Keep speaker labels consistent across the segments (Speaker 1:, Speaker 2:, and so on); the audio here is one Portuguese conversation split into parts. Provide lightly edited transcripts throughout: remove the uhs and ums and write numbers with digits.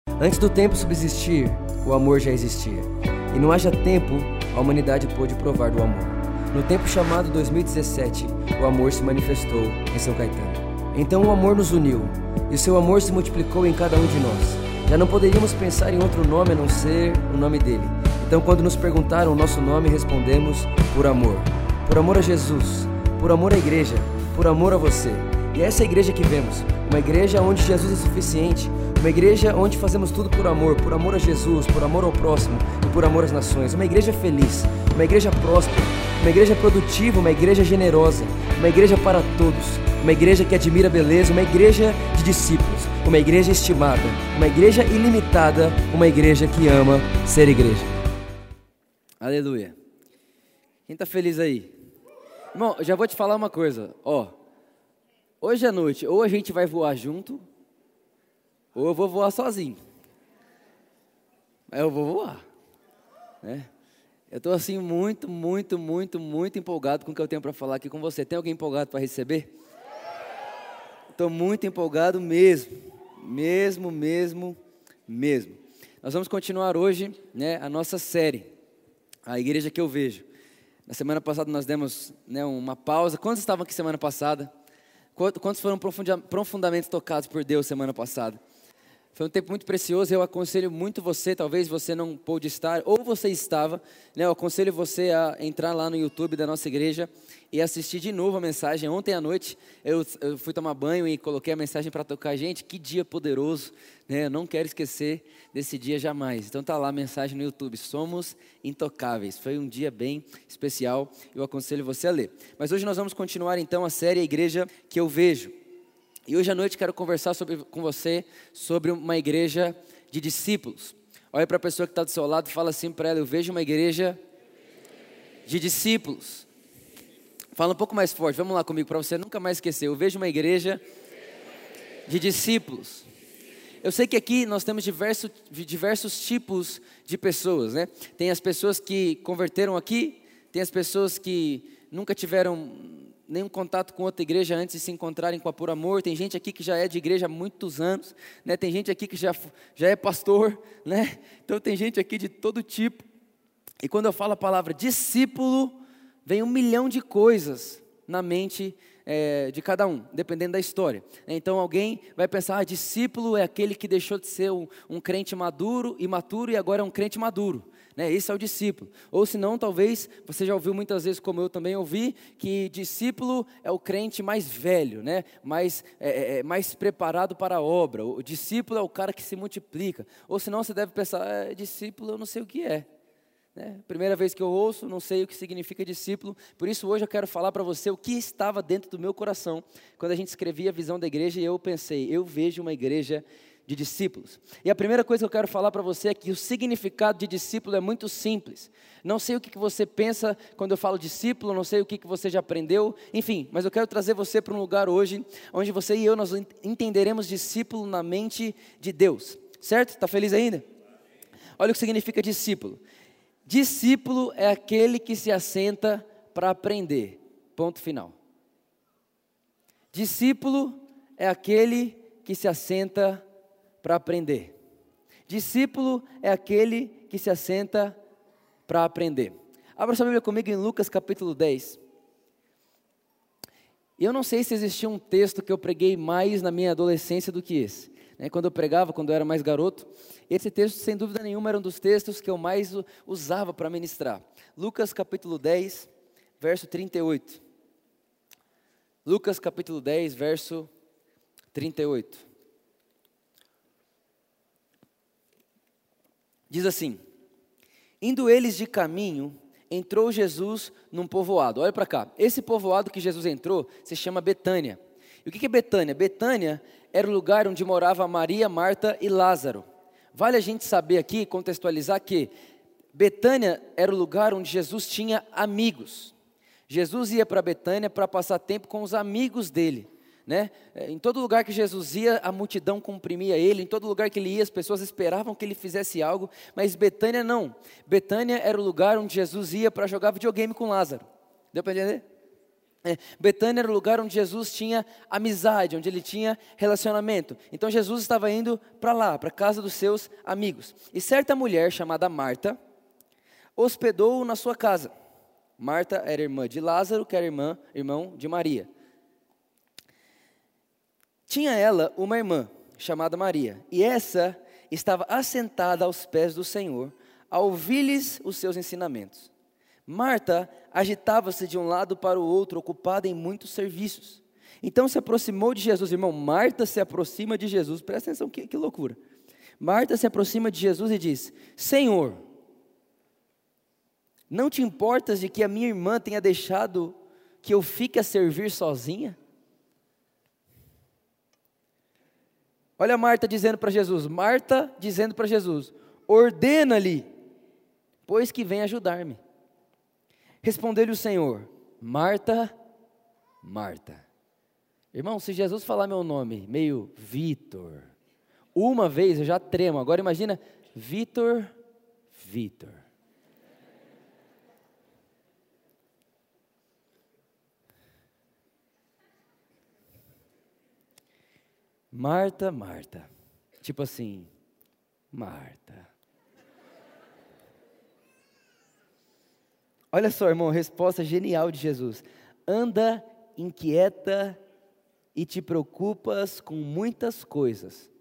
Speaker 1: Antes do tempo subsistir, o amor já existia. E não haja tempo, a humanidade pôde provar do amor. No tempo chamado 2017, o amor se manifestou em São Caetano. Então o amor nos uniu, e o seu amor se multiplicou em cada um de nós. Já não poderíamos pensar em outro nome a não ser o nome dele. Então quando nos perguntaram o nosso nome, respondemos por amor. Por amor a Jesus, por amor à igreja, por amor a você. E essa é a igreja que vemos, uma igreja onde Jesus é suficiente, uma igreja onde fazemos tudo por amor a Jesus, por amor ao próximo e por amor às nações. Uma igreja feliz, uma igreja próspera, uma igreja produtiva, uma igreja generosa, uma igreja para todos, uma igreja que admira a beleza, uma igreja de discípulos, uma igreja estimada, uma igreja ilimitada, uma igreja que ama ser igreja. Aleluia. Quem está feliz aí? Irmão, eu já vou te falar uma coisa, hoje à noite, ou a gente vai voar junto, ou eu vou voar sozinho. Mas eu vou voar, né? Eu estou assim muito empolgado com o que eu tenho para falar aqui com você. Tem alguém empolgado para receber? Estou muito empolgado mesmo. Nós vamos continuar hoje, né, a nossa série, A Igreja que eu Vejo. Na semana passada nós demos, né, uma pausa. Quantos estavam aqui semana passada? Quantos foram profundamente tocados por Deus semana passada? Foi um tempo muito precioso. Eu aconselho muito você, talvez você não pôde estar, ou você estava, né? Eu aconselho você a entrar lá no YouTube da nossa igreja e assistir de novo a mensagem. Ontem à noite eu fui tomar banho e coloquei a mensagem para tocar. Gente, que dia poderoso, né? Eu não quero esquecer desse dia jamais. Então tá lá a mensagem no YouTube, Somos Intocáveis. Foi um dia bem especial, eu aconselho você a ler. Mas hoje nós vamos continuar então a série A Igreja que eu Vejo. E hoje à noite quero conversar com você sobre uma igreja de discípulos. Olha para a pessoa que está do seu lado e fala assim para ela: eu vejo uma igreja de discípulos. Fala um pouco mais forte, vamos lá comigo para você nunca mais esquecer. Eu vejo uma igreja de discípulos. Eu sei que aqui nós temos diversos tipos de pessoas, né? Tem as pessoas que converteram aqui, tem as pessoas que nunca tiveram nenhum contato com outra igreja antes de se encontrarem com a Por Amor. Tem gente aqui que já é de igreja há muitos anos, né? Tem gente aqui que já é pastor, né? Então tem gente aqui de todo tipo. E quando eu falo a palavra discípulo, vem 1 milhão de coisas na mente de cada um, dependendo da história. Então alguém vai pensar: discípulo é aquele que deixou de ser um crente imaturo e agora é um crente maduro. Esse é o discípulo. Ou se não, talvez você já ouviu muitas vezes, como eu também ouvi, que discípulo é o crente mais velho, né? mais preparado para a obra. O discípulo é o cara que se multiplica. Ou se não, você deve pensar: discípulo eu não sei o que é. Primeira vez que eu ouço, não sei o que significa discípulo. Por isso hoje eu quero falar para você o que estava dentro do meu coração quando a gente escrevia a visão da igreja, e eu pensei: eu vejo uma igreja de discípulos. E a primeira coisa que eu quero falar para você é que o significado de discípulo é muito simples. Não sei o que você pensa quando eu falo discípulo, não sei o que você já aprendeu, enfim, mas eu quero trazer você para um lugar hoje, onde você e eu, nós entenderemos discípulo na mente de Deus, certo? Está feliz ainda? Olha o que significa discípulo. Discípulo é aquele que se assenta para aprender, ponto final. Discípulo é aquele que se assenta para aprender. Discípulo é aquele que se assenta para aprender. Abra sua Bíblia comigo em Lucas capítulo 10. Eu não sei se existia um texto que eu preguei mais na minha adolescência do que esse. Quando eu pregava, quando eu era mais garoto, esse texto, sem dúvida nenhuma, era um dos textos que eu mais usava para ministrar. Lucas capítulo 10, verso 38. Lucas capítulo 10, verso 38. Diz assim: indo eles de caminho, entrou Jesus num povoado. Olha para cá, esse povoado que Jesus entrou se chama Betânia. E o que é Betânia? Betânia era o lugar onde morava Maria, Marta e Lázaro. Vale a gente saber aqui, contextualizar que Betânia era o lugar onde Jesus tinha amigos. Jesus ia para Betânia para passar tempo com os amigos dele. Em todo lugar que Jesus ia, a multidão comprimia ele. Em todo lugar que ele ia, as pessoas esperavam que ele fizesse algo. Mas Betânia não. Betânia era o lugar onde Jesus ia para jogar videogame com Lázaro. Deu para entender? Betânia era o lugar onde Jesus tinha amizade, onde ele tinha relacionamento. Então Jesus estava indo para lá, para a casa dos seus amigos. E certa mulher chamada Marta hospedou-o na sua casa. Marta era irmã de Lázaro, que era irmão de Maria. Tinha ela uma irmã chamada Maria, e essa estava assentada aos pés do Senhor, a ouvir-lhes os seus ensinamentos. Marta agitava-se de um lado para o outro, ocupada em muitos serviços. Então se aproximou de Jesus, irmão, Marta se aproxima de Jesus, presta atenção, que loucura. Marta se aproxima de Jesus e diz: Senhor, não te importas de que a minha irmã tenha deixado que eu fique a servir sozinha? Olha Marta dizendo para Jesus, ordena-lhe, pois que vem ajudar-me. Respondeu-lhe o Senhor, Marta, Marta. Irmão, se Jesus falar meu nome, meio Vitor, uma vez eu já tremo, agora imagina, Vitor. Marta, Marta, tipo assim, Marta. Olha só, irmão, a resposta genial de Jesus. Anda inquieta e te preocupas com muitas coisas.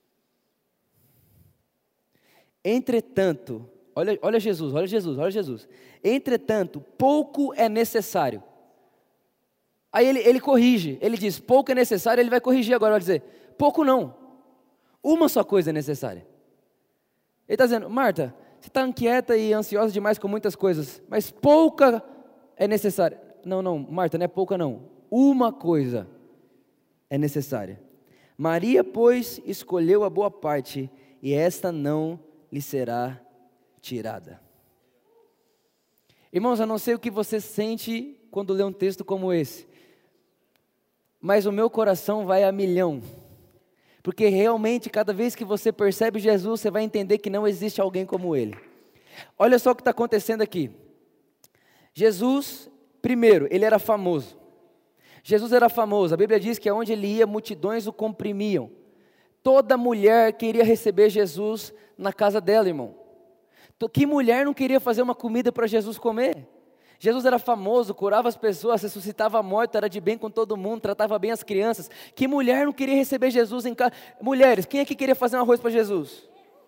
Speaker 1: Entretanto, olha Jesus. Entretanto, pouco é necessário. Aí ele corrige, ele diz, pouco é necessário, ele vai corrigir agora, vai dizer, pouco não, uma só coisa é necessária. Ele está dizendo, Marta, você está inquieta e ansiosa demais com muitas coisas, mas pouca é necessária. Não, Marta, não é pouca não, uma coisa é necessária. Maria, pois, escolheu a boa parte, e esta não lhe será tirada. Irmãos, eu não sei o que você sente quando lê um texto como esse, mas o meu coração vai a milhão, porque realmente cada vez que você percebe Jesus, você vai entender que não existe alguém como Ele. Olha só o que está acontecendo aqui. Jesus, primeiro, Ele era famoso. Jesus era famoso, a Bíblia diz que aonde Ele ia, multidões o comprimiam. Toda mulher queria receber Jesus na casa dela, irmão. Que mulher não queria fazer uma comida para Jesus comer? Jesus era famoso, curava as pessoas, ressuscitava a morte, era de bem com todo mundo, tratava bem as crianças. Que mulher não queria receber Jesus em casa? Mulheres, quem é que queria fazer um arroz para Jesus?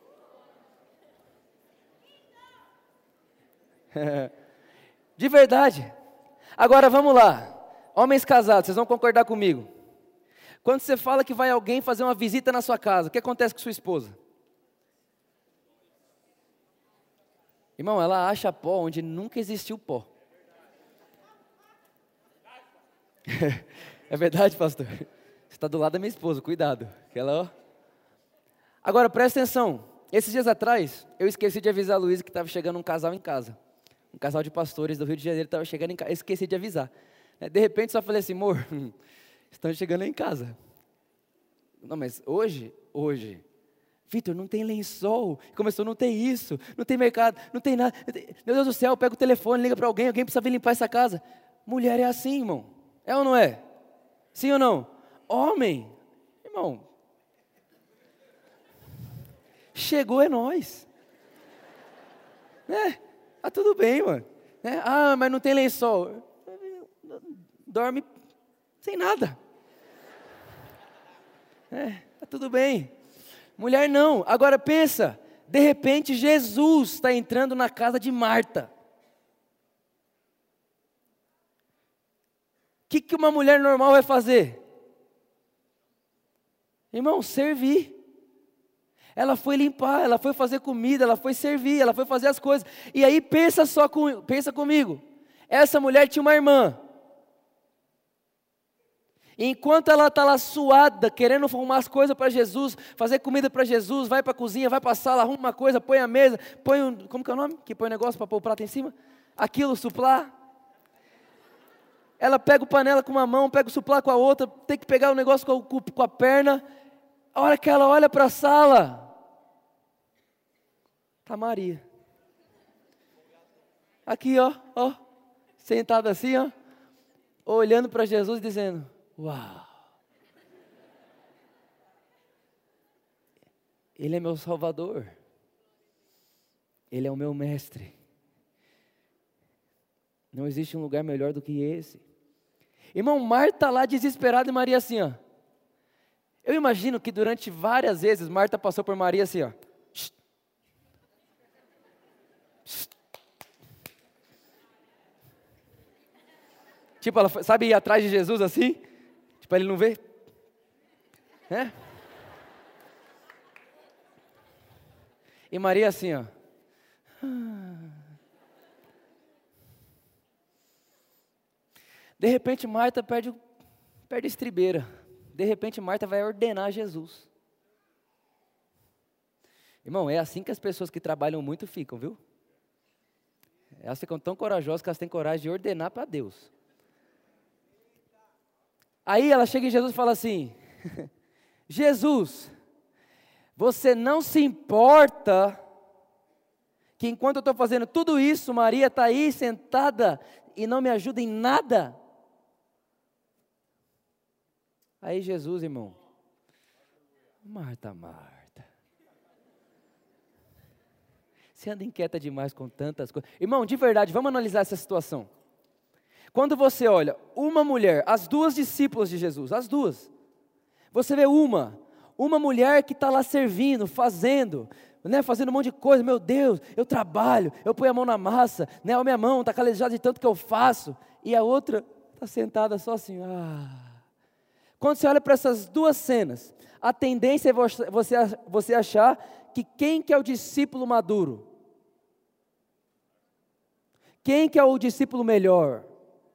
Speaker 1: De verdade. Agora vamos lá, homens casados, vocês vão concordar comigo. Quando você fala que vai alguém fazer uma visita na sua casa, o que acontece com sua esposa? Irmão, ela acha pó onde nunca existiu pó. É verdade, pastor? Você está do lado da minha esposa, cuidado. Agora, presta atenção. Esses dias atrás, eu esqueci de avisar a Luísa que estava chegando um casal em casa. Um casal de pastores do Rio de Janeiro estava chegando em casa. Eu esqueci de avisar. De repente, só falei assim, amor, estão chegando aí em casa. Não, mas hoje, Vitor, não tem lençol. Começou, não tem isso, não tem mercado, não tem nada. Meu Deus do céu, pega o telefone, liga para alguém precisa vir limpar essa casa. Mulher é assim, irmão. É ou não é? Sim ou não? Homem, irmão, chegou é nós. Tá tudo bem, mano. Mas não tem lençol. Dorme sem nada. Tá tudo bem. Mulher não. Agora pensa, de repente Jesus está entrando na casa de Marta. O que uma mulher normal vai fazer? Irmão, servir. Ela foi limpar, ela foi fazer comida, ela foi servir, ela foi fazer as coisas. E aí pensa comigo. Essa mulher tinha uma irmã. E enquanto ela está lá suada, querendo arrumar as coisas para Jesus, fazer comida para Jesus, vai para a cozinha, vai para a sala, arruma uma coisa, põe a mesa, como que é o nome? Que põe o negócio para pôr o prato em cima? Aquilo, suplá. Ela pega o panela com uma mão, pega o suplá com a outra, tem que pegar o negócio com a perna. A hora que ela olha para a sala, está Maria. Aqui, ó, sentada assim, ó. olhando para Jesus e dizendo: uau, Ele é meu Salvador, Ele é o meu mestre, não existe um lugar melhor do que esse. Irmão, Marta lá desesperada e Maria assim, ó. Eu imagino que durante várias vezes Marta passou por Maria assim, ó. Tipo, ela sabe ir atrás de Jesus assim? Tipo, ele não vê? Né? E Maria assim, ó. De repente Marta perde a estribeira. De repente Marta vai ordenar Jesus. Irmão, é assim que as pessoas que trabalham muito ficam, viu? Elas ficam tão corajosas que elas têm coragem de ordenar para Deus. Aí ela chega em Jesus e fala assim: Jesus, você não se importa que enquanto eu estou fazendo tudo isso, Maria está aí sentada e não me ajuda em nada? Aí Jesus, irmão, Marta, Marta, você anda inquieta demais com tantas coisas. Irmão, de verdade, vamos analisar essa situação. Quando você olha uma mulher, as duas discípulas de Jesus, as duas, você vê uma mulher que está lá servindo, fazendo um monte de coisa. Meu Deus, eu trabalho, eu ponho a mão na massa, a minha mão está calejada de tanto que eu faço, e a outra está sentada só assim, Quando você olha para essas duas cenas, a tendência é você achar que quem que é o discípulo maduro? Quem que é o discípulo melhor?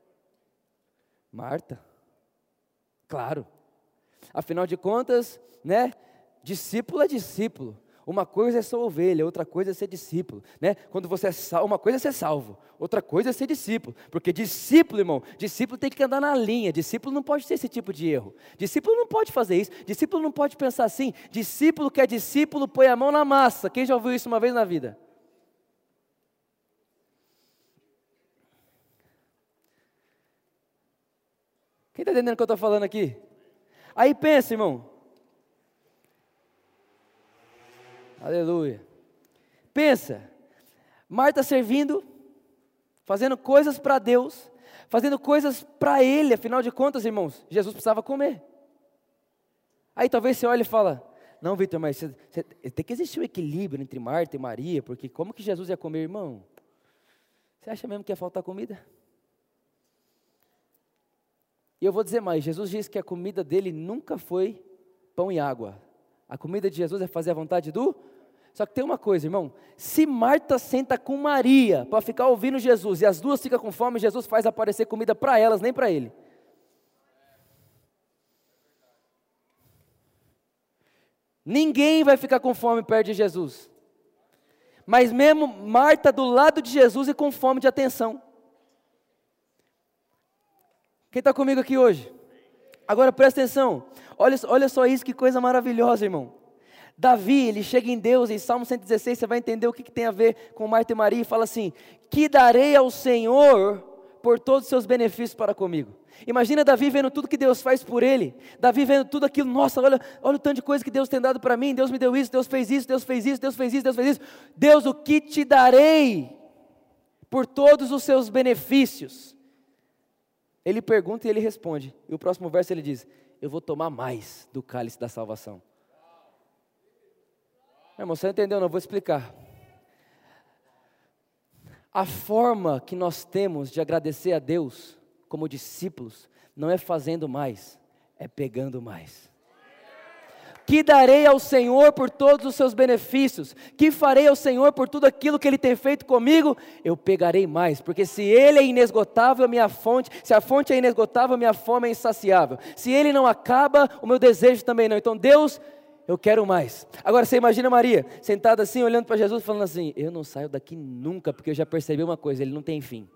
Speaker 1: Marta. Claro. Afinal de contas, discípulo é discípulo. Uma coisa é ser ovelha, outra coisa é ser discípulo, Quando você é salvo, uma coisa é ser salvo, outra coisa é ser discípulo. Porque discípulo, irmão, discípulo tem que andar na linha. Discípulo não pode ter esse tipo de erro. Discípulo não pode fazer isso. Discípulo não pode pensar assim. Discípulo que é discípulo põe a mão na massa. Quem já ouviu isso uma vez na vida? Quem está entendendo o que eu estou falando aqui? Aí pensa, irmão. Aleluia. Pensa, Marta servindo, fazendo coisas para Deus, fazendo coisas para Ele. Afinal de contas, irmãos, Jesus precisava comer. Aí talvez você olhe e fala: não, Vitor, mas tem que existir um equilíbrio entre Marta e Maria, porque como que Jesus ia comer, irmão? Você acha mesmo que ia faltar comida? E eu vou dizer mais, Jesus disse que a comida dele nunca foi pão e água. A comida de Jesus é fazer a vontade do... Só que tem uma coisa, irmão, se Marta senta com Maria para ficar ouvindo Jesus, e as duas ficam com fome, Jesus faz aparecer comida para elas, nem para ele. Ninguém vai ficar com fome perto de Jesus. Mas mesmo Marta do lado de Jesus e com fome de atenção. Quem está comigo aqui hoje? Agora presta atenção, olha só isso, que coisa maravilhosa, irmão. Davi, ele chega em Deus, em Salmo 116, você vai entender o que tem a ver com Marta e Maria, e fala assim: que darei ao Senhor por todos os seus benefícios para comigo. Imagina Davi vendo tudo que Deus faz por ele, Davi vendo tudo aquilo, nossa, olha o tanto de coisa que Deus tem dado para mim, Deus me deu isso, Deus fez isso, Deus fez isso, Deus fez isso, Deus fez isso. Deus, o que te darei por todos os seus benefícios? Ele pergunta e ele responde, e o próximo verso ele diz: eu vou tomar mais do cálice da salvação. Meu irmão, você não entendeu? Não, eu vou explicar. A forma que nós temos de agradecer a Deus como discípulos não é fazendo mais, é pegando mais. Que darei ao Senhor por todos os seus benefícios, que farei ao Senhor por tudo aquilo que Ele tem feito comigo, eu pegarei mais, porque se Ele é inesgotável, a minha fonte, se a fonte é inesgotável, a minha fome é insaciável, se Ele não acaba, o meu desejo também não. Então Deus, eu quero mais. Agora você imagina Maria, sentada assim, olhando para Jesus, falando assim: eu não saio daqui nunca, porque eu já percebi uma coisa, Ele não tem fim.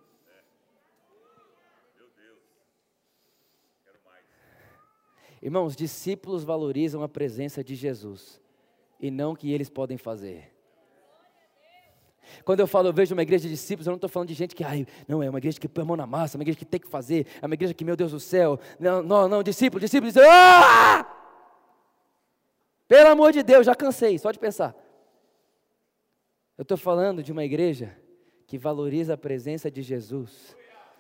Speaker 1: Irmãos, discípulos valorizam a presença de Jesus e não o que eles podem fazer. Quando eu falo, eu vejo uma igreja de discípulos, eu não estou falando de gente que, não, é uma igreja que põe a mão na massa, é uma igreja que tem que fazer, é uma igreja que, meu Deus do céu, não, discípulos, pelo amor de Deus, já cansei, só de pensar. Eu estou falando de uma igreja que valoriza a presença de Jesus,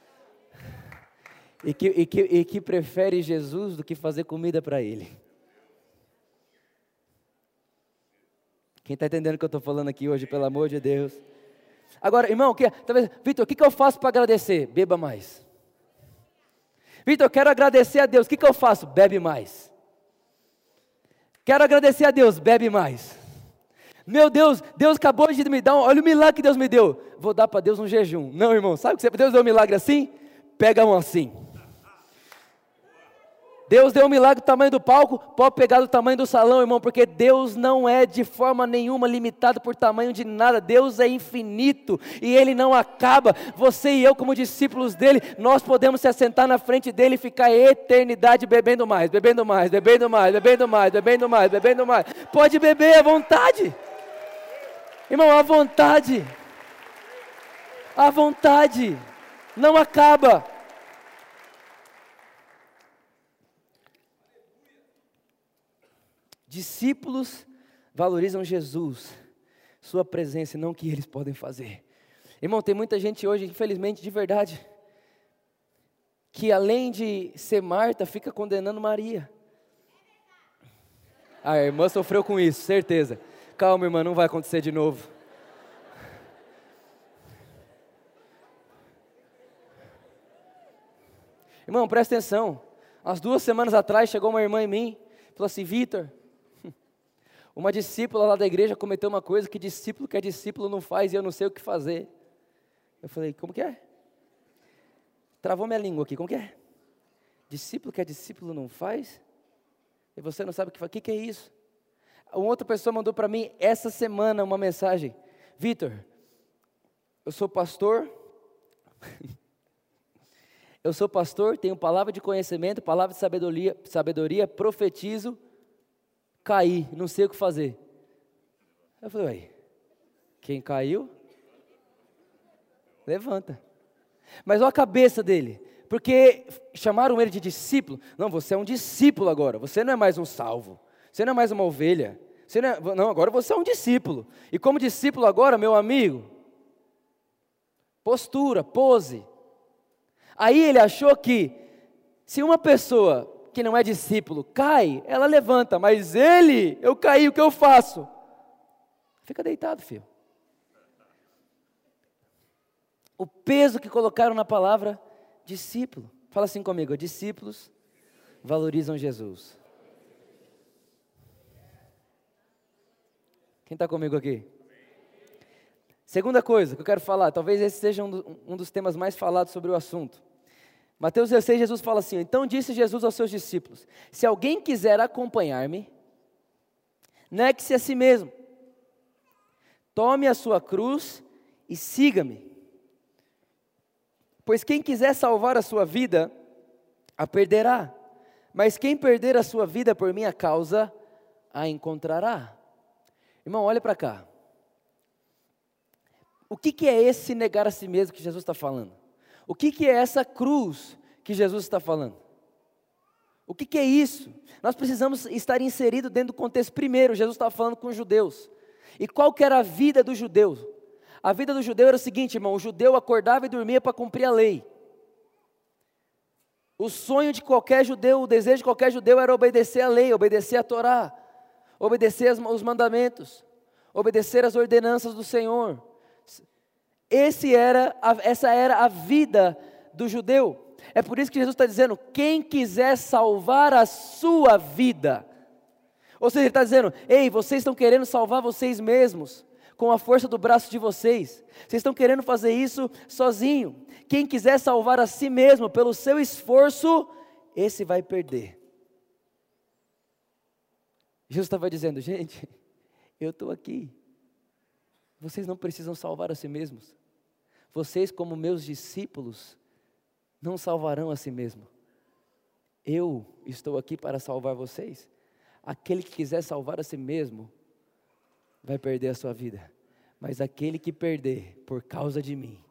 Speaker 1: e que prefere Jesus do que fazer comida para Ele. Quem está entendendo o que eu estou falando aqui hoje, pelo amor de Deus? Agora, irmão, Vitor, o que eu faço para agradecer? Beba mais. Vitor, eu quero agradecer a Deus, o que eu faço? Bebe mais. Quero agradecer a Deus, bebe mais. Meu Deus, Deus acabou de me dar, olha o milagre que Deus me deu. Vou dar para Deus um jejum. Não, irmão, sabe que Deus deu um milagre assim? Pega um assim. Deus deu um milagre do tamanho do palco, pode pegar do tamanho do salão, irmão, porque Deus não é de forma nenhuma limitado por tamanho de nada. Deus é infinito e Ele não acaba. Você e eu, como discípulos dEle, nós podemos se assentar na frente dEle e ficar a eternidade bebendo mais, bebendo mais, bebendo mais, bebendo mais, bebendo mais, bebendo mais. Pode beber à vontade, irmão, à vontade, não acaba. Discípulos valorizam Jesus, sua presença e não o que eles podem fazer. Irmão, tem muita gente hoje, infelizmente, de verdade, que além de ser Marta, fica condenando Maria. A irmã sofreu com isso, certeza. Calma, irmã, não vai acontecer de novo. Irmão, presta atenção. Umas 2 semanas atrás chegou uma irmã em mim, falou assim: Vitor, uma discípula lá da igreja cometeu uma coisa que discípulo que é discípulo não faz e eu não sei o que fazer. Eu falei, como que é? Travou minha língua aqui, como que é? Discípulo que é discípulo não faz? E você não sabe o que faz? O que é isso? Uma outra pessoa mandou para mim essa semana uma mensagem: Vitor, eu sou pastor, tenho palavra de conhecimento, palavra de sabedoria, profetizo, caí, não sei o que fazer. Eu falei, ué, quem caiu, levanta. Mas olha a cabeça dele, porque chamaram ele de discípulo. Não, você é um discípulo agora, você não é mais um salvo, você não é mais uma ovelha, não, agora você é um discípulo. E como discípulo agora, meu amigo, postura, pose. Aí ele achou que, se uma pessoa que não é discípulo cai, ela levanta, mas eu caí, o que eu faço? Fica deitado, filho. O peso que colocaram na palavra discípulo. Fala assim comigo: discípulos valorizam Jesus. Quem está comigo aqui? Segunda coisa que eu quero falar, talvez esse seja um dos temas mais falados sobre o assunto. Mateus 16, Jesus fala assim: então disse Jesus aos seus discípulos: se alguém quiser acompanhar-me, negue-se a si mesmo, tome a sua cruz e siga-me. Pois quem quiser salvar a sua vida, a perderá, mas quem perder a sua vida por minha causa, a encontrará. Irmão, olha para cá. O que é esse negar a si mesmo que Jesus está falando? O que é essa cruz que Jesus está falando? O que é isso? Nós precisamos estar inseridos dentro do contexto. Primeiro, Jesus estava falando com os judeus. E qual que era a vida do judeu? A vida do judeu era o seguinte, irmão: o judeu acordava e dormia para cumprir a lei. O sonho de qualquer judeu, o desejo de qualquer judeu era obedecer a lei, obedecer a Torá, obedecer os mandamentos, obedecer as ordenanças do Senhor. Essa era a vida do judeu. É por isso que Jesus está dizendo: quem quiser salvar a sua vida. Ou seja, ele está dizendo: ei, vocês estão querendo salvar vocês mesmos, com a força do braço de vocês. Vocês estão querendo fazer isso sozinho. Quem quiser salvar a si mesmo pelo seu esforço, esse vai perder. Jesus estava dizendo: gente, eu estou aqui. Vocês não precisam salvar a si mesmos. Vocês, como meus discípulos, não salvarão a si mesmos. Eu estou aqui para salvar vocês. Aquele que quiser salvar a si mesmo, vai perder a sua vida. Mas aquele que perder por causa de mim,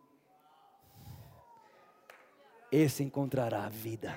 Speaker 1: esse encontrará a vida.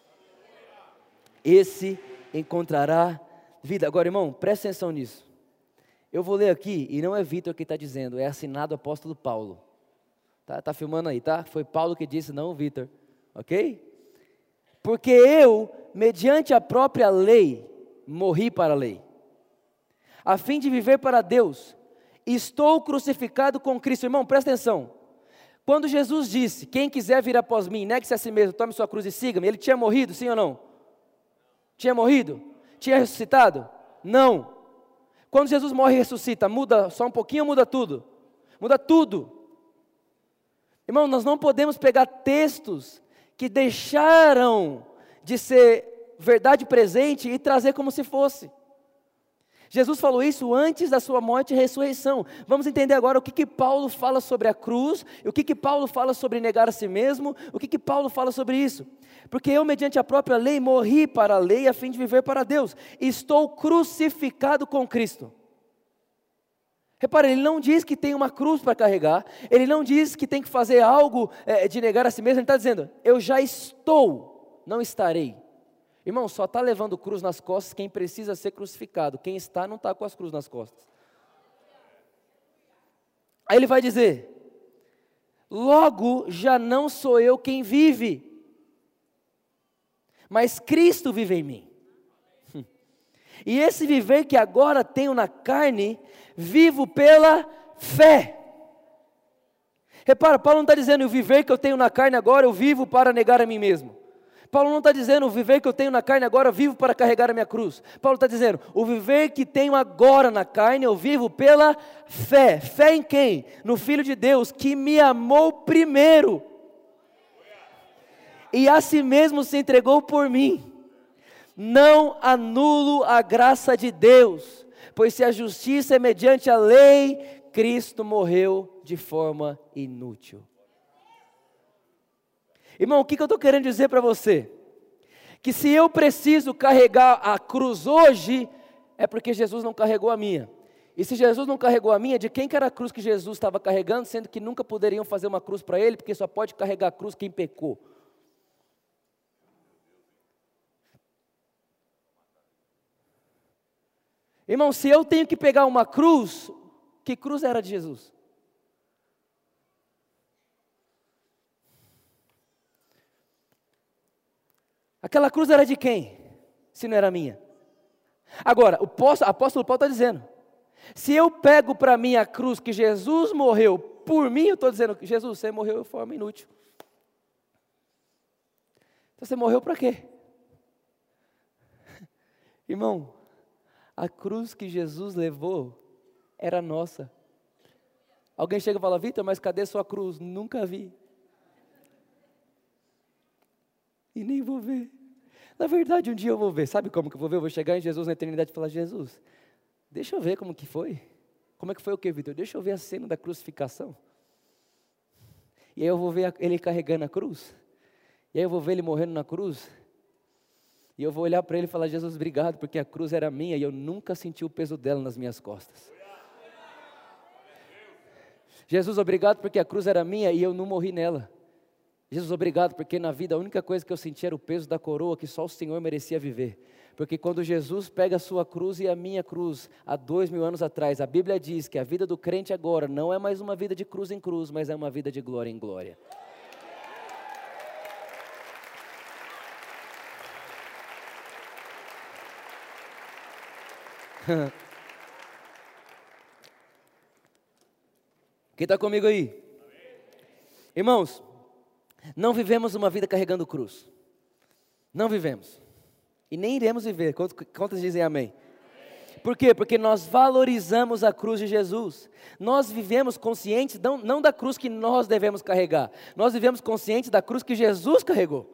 Speaker 1: Esse encontrará vida. Agora, irmão, presta atenção nisso. Eu vou ler aqui, e não é Vitor que está dizendo, é assinado apóstolo Paulo. Tá filmando aí, tá? Foi Paulo que disse, não o Vitor. Ok? Porque eu, mediante a própria lei, morri para a lei, a fim de viver para Deus. Estou crucificado com Cristo. Irmão, presta atenção. Quando Jesus disse, quem quiser vir após mim, negue-se a si mesmo, tome sua cruz e siga-me. Ele tinha morrido, sim ou não? Tinha morrido? Tinha ressuscitado? Não. Quando Jesus morre e ressuscita, muda só um pouquinho ou muda tudo? Muda tudo. Irmão, nós não podemos pegar textos que deixaram de ser verdade presente e trazer como se fosse. Jesus falou isso antes da sua morte e ressurreição. Vamos entender agora o que Paulo fala sobre a cruz, e o que Paulo fala sobre negar a si mesmo, o que Paulo fala sobre isso. Porque eu, mediante a própria lei, morri para a lei a fim de viver para Deus. Estou crucificado com Cristo. Repara, ele não diz que tem uma cruz para carregar, ele não diz que tem que fazer algo de negar a si mesmo, ele está dizendo, eu já estou, não estarei. Irmão, só está levando cruz nas costas quem precisa ser crucificado, quem está não está com as cruzes nas costas. Aí ele vai dizer, logo já não sou eu quem vive, mas Cristo vive em mim. E esse viver que agora tenho na carne, vivo pela fé. Repara, Paulo não está dizendo o viver que eu tenho na carne agora, eu vivo para negar a mim mesmo. Paulo não está dizendo o viver que eu tenho na carne agora, eu vivo para carregar a minha cruz. Paulo está dizendo, o viver que tenho agora na carne, eu vivo pela fé. Fé em quem? No Filho de Deus, que me amou primeiro. E a si mesmo se entregou por mim. Não anulo a graça de Deus, pois se a justiça é mediante a lei, Cristo morreu de forma inútil. Irmão, o que eu estou querendo dizer para você? Que se eu preciso carregar a cruz hoje, é porque Jesus não carregou a minha. E se Jesus não carregou a minha, de quem que era a cruz que Jesus estava carregando, sendo que nunca poderiam fazer uma cruz para ele, porque só pode carregar a cruz quem pecou. Irmão, se eu tenho que pegar uma cruz, que cruz era de Jesus? Aquela cruz era de quem? Se não era minha. Agora, o apóstolo Paulo está dizendo, se eu pego para mim a cruz que Jesus morreu por mim, eu estou dizendo, Jesus, você morreu de forma inútil. Então você morreu para quê? Irmão, a cruz que Jesus levou era nossa. Alguém chega e fala, Vitor, mas cadê sua cruz? Nunca vi. E nem vou ver. Na verdade, um dia eu vou ver. Sabe como que eu vou ver? Eu vou chegar em Jesus na eternidade e falar, Jesus, deixa eu ver como que foi. Como é que foi o que, Vitor? Deixa eu ver a cena da crucificação. E aí eu vou ver ele carregando a cruz. E aí eu vou ver ele morrendo na cruz. E eu vou olhar para ele e falar, Jesus, obrigado, porque a cruz era minha e eu nunca senti o peso dela nas minhas costas. Jesus, obrigado, porque a cruz era minha e eu não morri nela. Jesus, obrigado, porque na vida a única coisa que eu senti era o peso da coroa que só o Senhor merecia viver. Porque quando Jesus pega a sua cruz e a minha cruz, há 2000 anos atrás, a Bíblia diz que a vida do crente agora não é mais uma vida de cruz em cruz, mas é uma vida de glória em glória. Quem está comigo aí? Irmãos, não vivemos uma vida carregando cruz. Não vivemos. E nem iremos viver. Quantos dizem amém? Por quê? Porque nós valorizamos a cruz de Jesus. Nós vivemos conscientes, não da cruz que nós devemos carregar. Nós vivemos conscientes da cruz que Jesus carregou.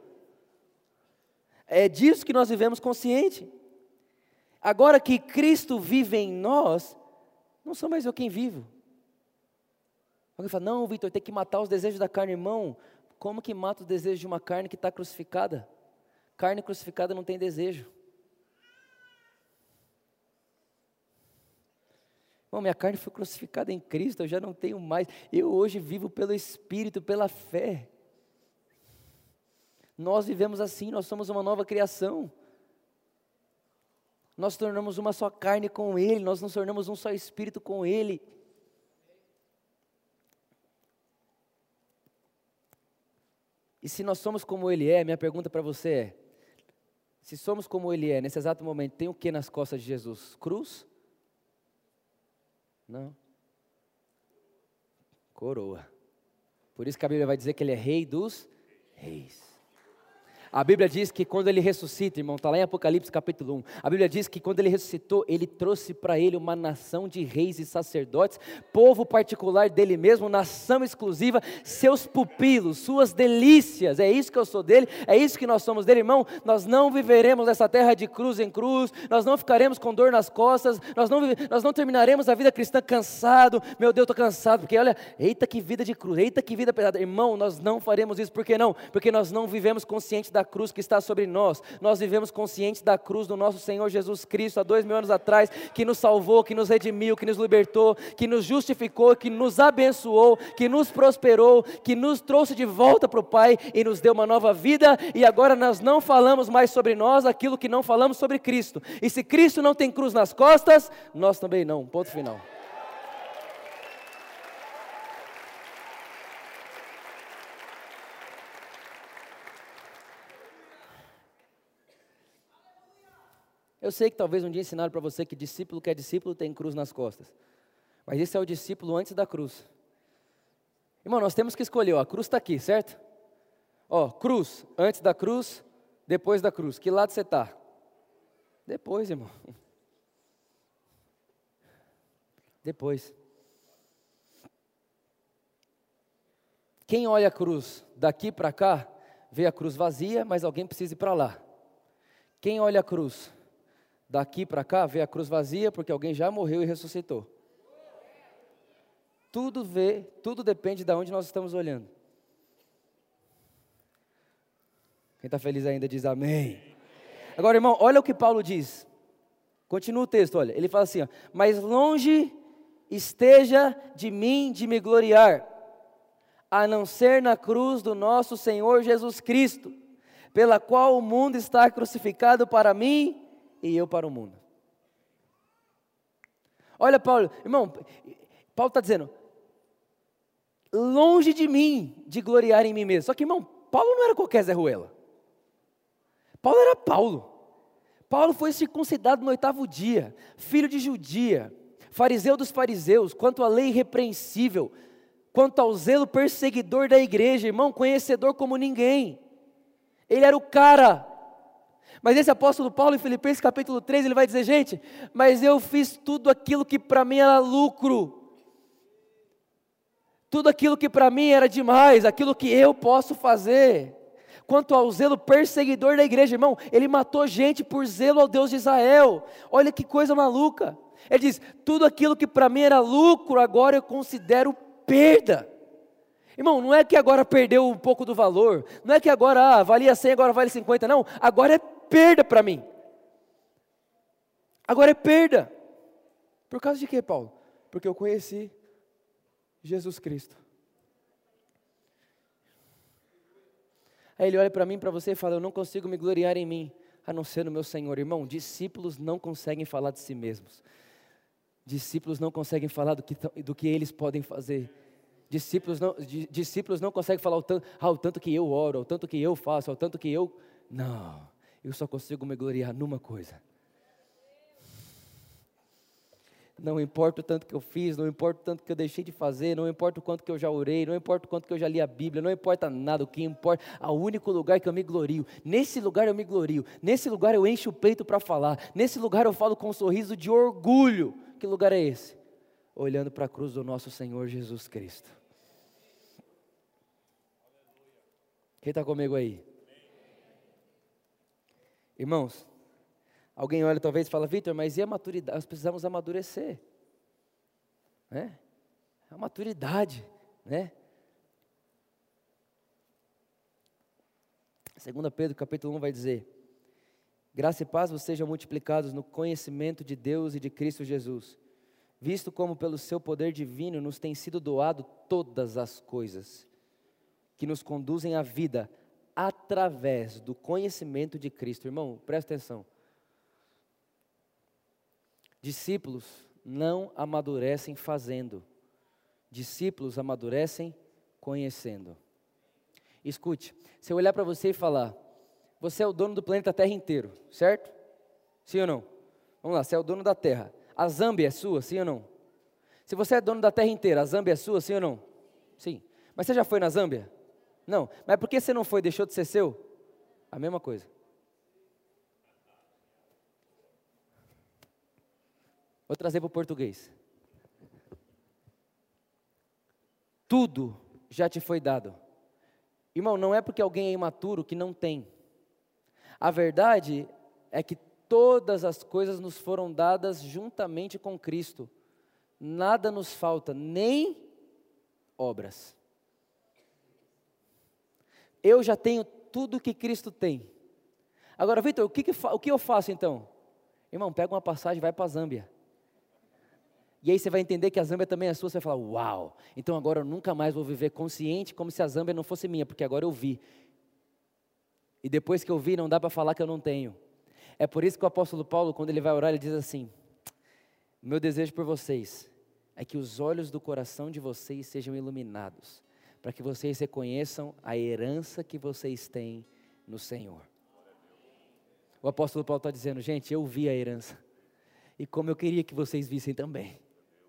Speaker 1: É disso que nós vivemos consciente. Agora que Cristo vive em nós, não sou mais eu quem vivo. Alguém fala, não, Vitor, tem que matar os desejos da carne. Irmão, como que mata os desejos de uma carne que está crucificada? Carne crucificada não tem desejo. Irmão, minha carne foi crucificada em Cristo, eu já não tenho mais. Eu hoje vivo pelo Espírito, pela fé. Nós vivemos assim, nós somos uma nova criação. Nós tornamos uma só carne com Ele, nós nos tornamos um só Espírito com Ele. E se nós somos como Ele é, minha pergunta para você é, se somos como Ele é, nesse exato momento, tem o que nas costas de Jesus? Cruz? Não. Coroa. Por isso que a Bíblia vai dizer que Ele é Rei dos Reis. A Bíblia diz que quando Ele ressuscita, irmão, está lá em Apocalipse capítulo 1, a Bíblia diz que quando Ele ressuscitou, Ele trouxe para Ele uma nação de reis e sacerdotes, povo particular dEle mesmo, nação exclusiva, seus pupilos, suas delícias, é isso que eu sou dEle, é isso que nós somos dEle, irmão. Nós não viveremos nessa terra de cruz em cruz, nós não ficaremos com dor nas costas, nós não terminaremos a vida cristã cansado, meu Deus, estou cansado, porque olha, eita que vida de cruz, eita que vida pesada, irmão, nós não faremos isso. Por que não? Porque nós não vivemos conscientes da cruz que está sobre nós, nós vivemos conscientes da cruz do nosso Senhor Jesus Cristo, há 2000 anos atrás, que nos salvou, que nos redimiu, que nos libertou, que nos justificou, que nos abençoou, que nos prosperou, que nos trouxe de volta para o Pai e nos deu uma nova vida. E agora nós não falamos mais sobre nós aquilo que não falamos sobre Cristo, e se Cristo não tem cruz nas costas, nós também não, ponto final. Eu sei que talvez um dia ensinaram para você que discípulo que é discípulo tem cruz nas costas. Mas esse é o discípulo antes da cruz. Irmão, nós temos que escolher, ó, a cruz está aqui, certo? Ó, cruz, antes da cruz, depois da cruz. Que lado você está? Depois, irmão. Depois. Quem olha a cruz daqui para cá, vê a cruz vazia, mas alguém precisa ir para lá. Quem olha a cruz daqui para cá, vê a cruz vazia, porque alguém já morreu e ressuscitou. Tudo depende de onde nós estamos olhando. Quem está feliz ainda diz amém. Agora, irmão, olha o que Paulo diz. Continua o texto, olha. Ele fala assim, ó, mas longe esteja de mim de me gloriar, a não ser na cruz do nosso Senhor Jesus Cristo, pela qual o mundo está crucificado para mim e eu para o mundo. Olha Paulo, irmão, Paulo está dizendo, longe de mim de gloriar em mim mesmo. Só que, irmão, Paulo não era qualquer Zé Ruela. Paulo era Paulo. Paulo foi circuncidado no 8º dia, filho de judia, fariseu dos fariseus, quanto à lei irrepreensível, quanto ao zelo perseguidor da igreja, irmão, conhecedor como ninguém. Ele era o cara. Mas esse apóstolo Paulo, em Filipenses capítulo 3, ele vai dizer, gente, mas eu fiz tudo aquilo que para mim era lucro, tudo aquilo que para mim era demais, aquilo que eu posso fazer. Quanto ao zelo perseguidor da igreja, irmão, ele matou gente por zelo ao Deus de Israel. Olha que coisa maluca. Ele diz, tudo aquilo que para mim era lucro, agora eu considero perda. Irmão, não é que agora perdeu um pouco do valor, não é que agora valia 100, agora vale 50, não, agora é perda para mim. Agora é perda. Por causa de quê, Paulo? Porque eu conheci Jesus Cristo. Aí ele olha para mim, para você e fala, eu não consigo me gloriar em mim, a não ser no meu Senhor. Irmão, discípulos não conseguem falar de si mesmos. Discípulos não conseguem falar do que eles podem fazer. Discípulos não conseguem falar o tanto que eu oro, o tanto que eu faço, o tanto que eu... Não, eu só consigo me gloriar numa coisa. Não importa o tanto que eu fiz, não importa o tanto que eu deixei de fazer, não importa o quanto que eu já orei, não importa o quanto que eu já li a Bíblia, não importa nada, o que importa, o único lugar que eu me glorio, nesse lugar eu me glorio, nesse lugar eu encho o peito para falar, nesse lugar eu falo com um sorriso de orgulho. Que lugar é esse? Olhando para a cruz do nosso Senhor Jesus Cristo. Quem está comigo aí? Irmãos, alguém olha talvez e fala, Vitor, mas e a maturidade? Nós precisamos amadurecer, né? A maturidade, né? 2 Pedro capítulo 1 vai dizer, graça e paz vos sejam multiplicados no conhecimento de Deus e de Cristo Jesus, visto como pelo seu poder divino nos tem sido doado todas as coisas que nos conduzem à vida através do conhecimento de Cristo. Irmão, presta atenção. Discípulos não amadurecem fazendo, discípulos amadurecem conhecendo. Escute, se eu olhar para você e falar, você é o dono do planeta Terra inteiro, certo? Sim ou não? Vamos lá, você é o dono da Terra. A Zâmbia é sua, sim ou não? Se você é dono da Terra inteira, a Zâmbia é sua, sim ou não? Sim. Mas você já foi na Zâmbia? Não. Mas por que você não foi, deixou de ser seu? A mesma coisa. Vou trazer para o português. Tudo já te foi dado. Irmão, não é porque alguém é imaturo que não tem. A verdade é que todas as coisas nos foram dadas juntamente com Cristo. Nada nos falta, nem obras. Eu já tenho tudo que Cristo tem. Agora, Vitor, o que eu faço então? Irmão, pega uma passagem e vai para a Zâmbia. E aí você vai entender que a Zâmbia também é sua, você vai falar, uau, então agora eu nunca mais vou viver consciente como se a Zâmbia não fosse minha, porque agora eu vi. E depois que eu vi, não dá para falar que eu não tenho. É por isso que o apóstolo Paulo, quando ele vai orar, ele diz assim, meu desejo por vocês é que os olhos do coração de vocês sejam iluminados, para que vocês reconheçam a herança que vocês têm no Senhor. O apóstolo Paulo está dizendo, gente, eu vi a herança, e como eu queria que vocês vissem também.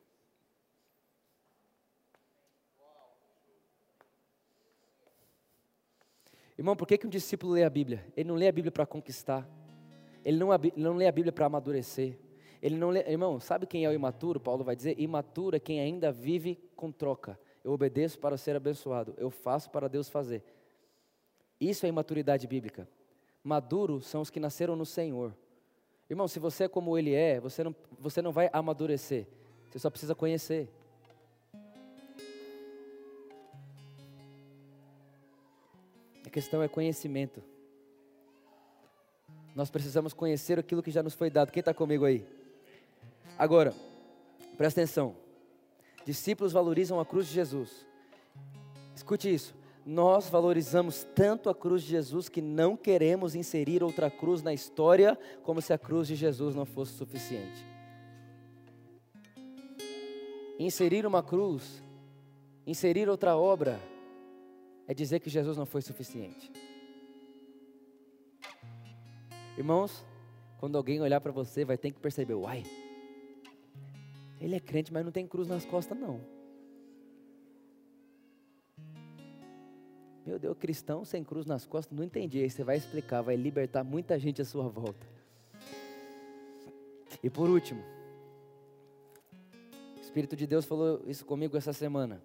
Speaker 1: Irmão, por que um discípulo lê a Bíblia? Ele não lê a Bíblia para conquistar. Ele não lê a Bíblia para amadurecer. Ele não lê, irmão, sabe quem é o imaturo? Paulo vai dizer, imaturo é quem ainda vive com troca. Eu obedeço para ser abençoado. Eu faço para Deus fazer. Isso é imaturidade bíblica. Maduros são os que nasceram no Senhor. Irmão, se você é como Ele é, você não vai amadurecer. Você só precisa conhecer. A questão é conhecimento. Nós precisamos conhecer aquilo que já nos foi dado. Quem está comigo aí? Agora, presta atenção. Discípulos valorizam a cruz de Jesus. Escute isso. Nós valorizamos tanto a cruz de Jesus que não queremos inserir outra cruz na história, como se a cruz de Jesus não fosse suficiente. Inserir uma cruz, inserir outra obra, é dizer que Jesus não foi suficiente. Irmãos, quando alguém olhar para você, vai ter que perceber, uai, ele é crente, mas não tem cruz nas costas não. Meu Deus, cristão sem cruz nas costas, não entendi. Aí você vai explicar, vai libertar muita gente à sua volta. E por último, o Espírito de Deus falou isso comigo essa semana.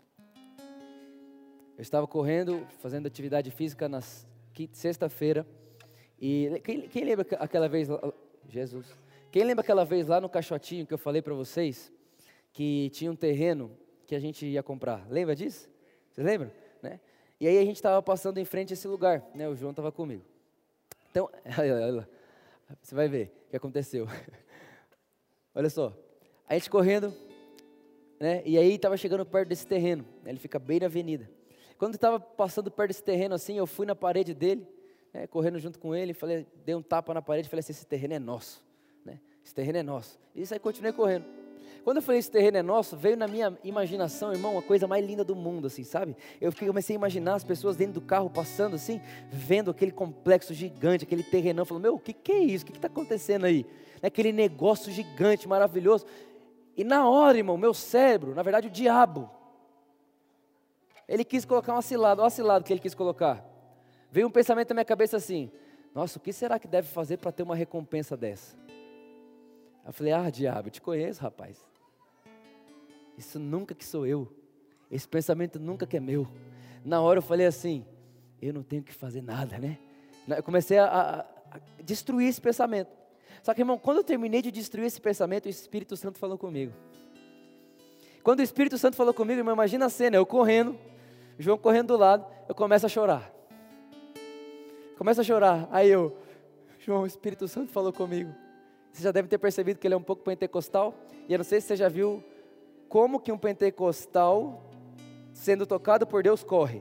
Speaker 1: Eu estava correndo, fazendo atividade física na sexta-feira. E quem lembra aquela vez, Jesus, quem lembra aquela vez lá no Caixotinho que eu falei para vocês, que tinha um terreno que a gente ia comprar? Lembra disso? Vocês lembram? Né? E aí a gente estava passando em frente a esse lugar, né? O João estava comigo. Então, olha, você vai ver o que aconteceu. Olha só, a gente correndo, né? E aí estava chegando perto desse terreno, né? Ele fica bem na avenida. Quando estava passando perto desse terreno assim, eu fui na parede dele, né? Correndo junto com ele, falei, dei um tapa na parede e falei assim, esse terreno é nosso, né? Esse terreno é nosso. E isso aí continuei correndo. Quando eu falei esse terreno é nosso, veio na minha imaginação, irmão, a coisa mais linda do mundo, assim, sabe? Eu comecei a imaginar as pessoas dentro do carro passando assim, vendo aquele complexo gigante, aquele terrenão, falando, meu, o que é isso? O que está acontecendo aí? Aquele negócio gigante, maravilhoso. E na hora, irmão, meu cérebro, na verdade o diabo, ele quis colocar uma cilada, olha a cilada que ele quis colocar. Veio um pensamento na minha cabeça assim, nossa, o que será que deve fazer para ter uma recompensa dessa? Eu falei, diabo, eu te conheço, rapaz. Isso nunca que sou eu. Esse pensamento nunca que é meu. Na hora eu falei assim, eu não tenho que fazer nada, né? Eu comecei a destruir esse pensamento. Só que, irmão, quando eu terminei de destruir esse pensamento, o Espírito Santo falou comigo. Quando o Espírito Santo falou comigo, irmão, imagina a cena, eu correndo, o João correndo do lado, eu começo a chorar. Aí eu, João, o Espírito Santo falou comigo Você já deve ter percebido que ele é um pouco pentecostal. E eu não sei se você já viu como que um pentecostal, sendo tocado por Deus, corre.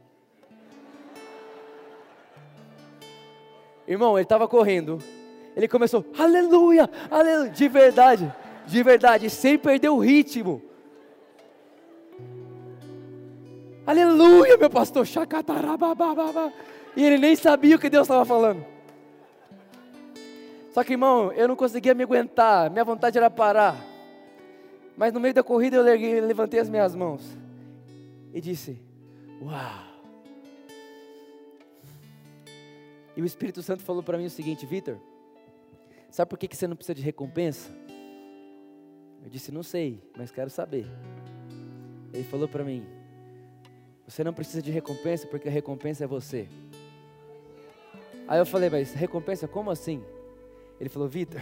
Speaker 1: Irmão, ele estava correndo. Ele começou, aleluia, aleluia, de verdade, sem perder o ritmo. Aleluia, meu pastor, chacatarabababá. E ele nem sabia o que Deus estava falando. Só que, irmão, eu não conseguia me aguentar, minha vontade era parar. Mas no meio da corrida eu levantei as minhas mãos e disse, uau. E o Espírito Santo falou para mim o seguinte, Vitor, sabe por que você não precisa de recompensa? Eu disse, não sei, mas quero saber. Ele falou para mim, você não precisa de recompensa porque a recompensa é você. Aí eu falei, mas recompensa como assim? Ele falou, Vitor,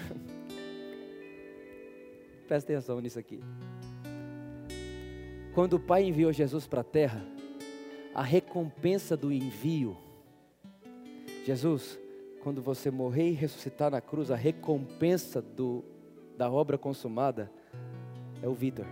Speaker 1: presta atenção nisso aqui. Quando o Pai enviou Jesus para a terra, a recompensa do envio, Jesus, quando você morrer e ressuscitar na cruz, a recompensa da obra consumada é o Vitor.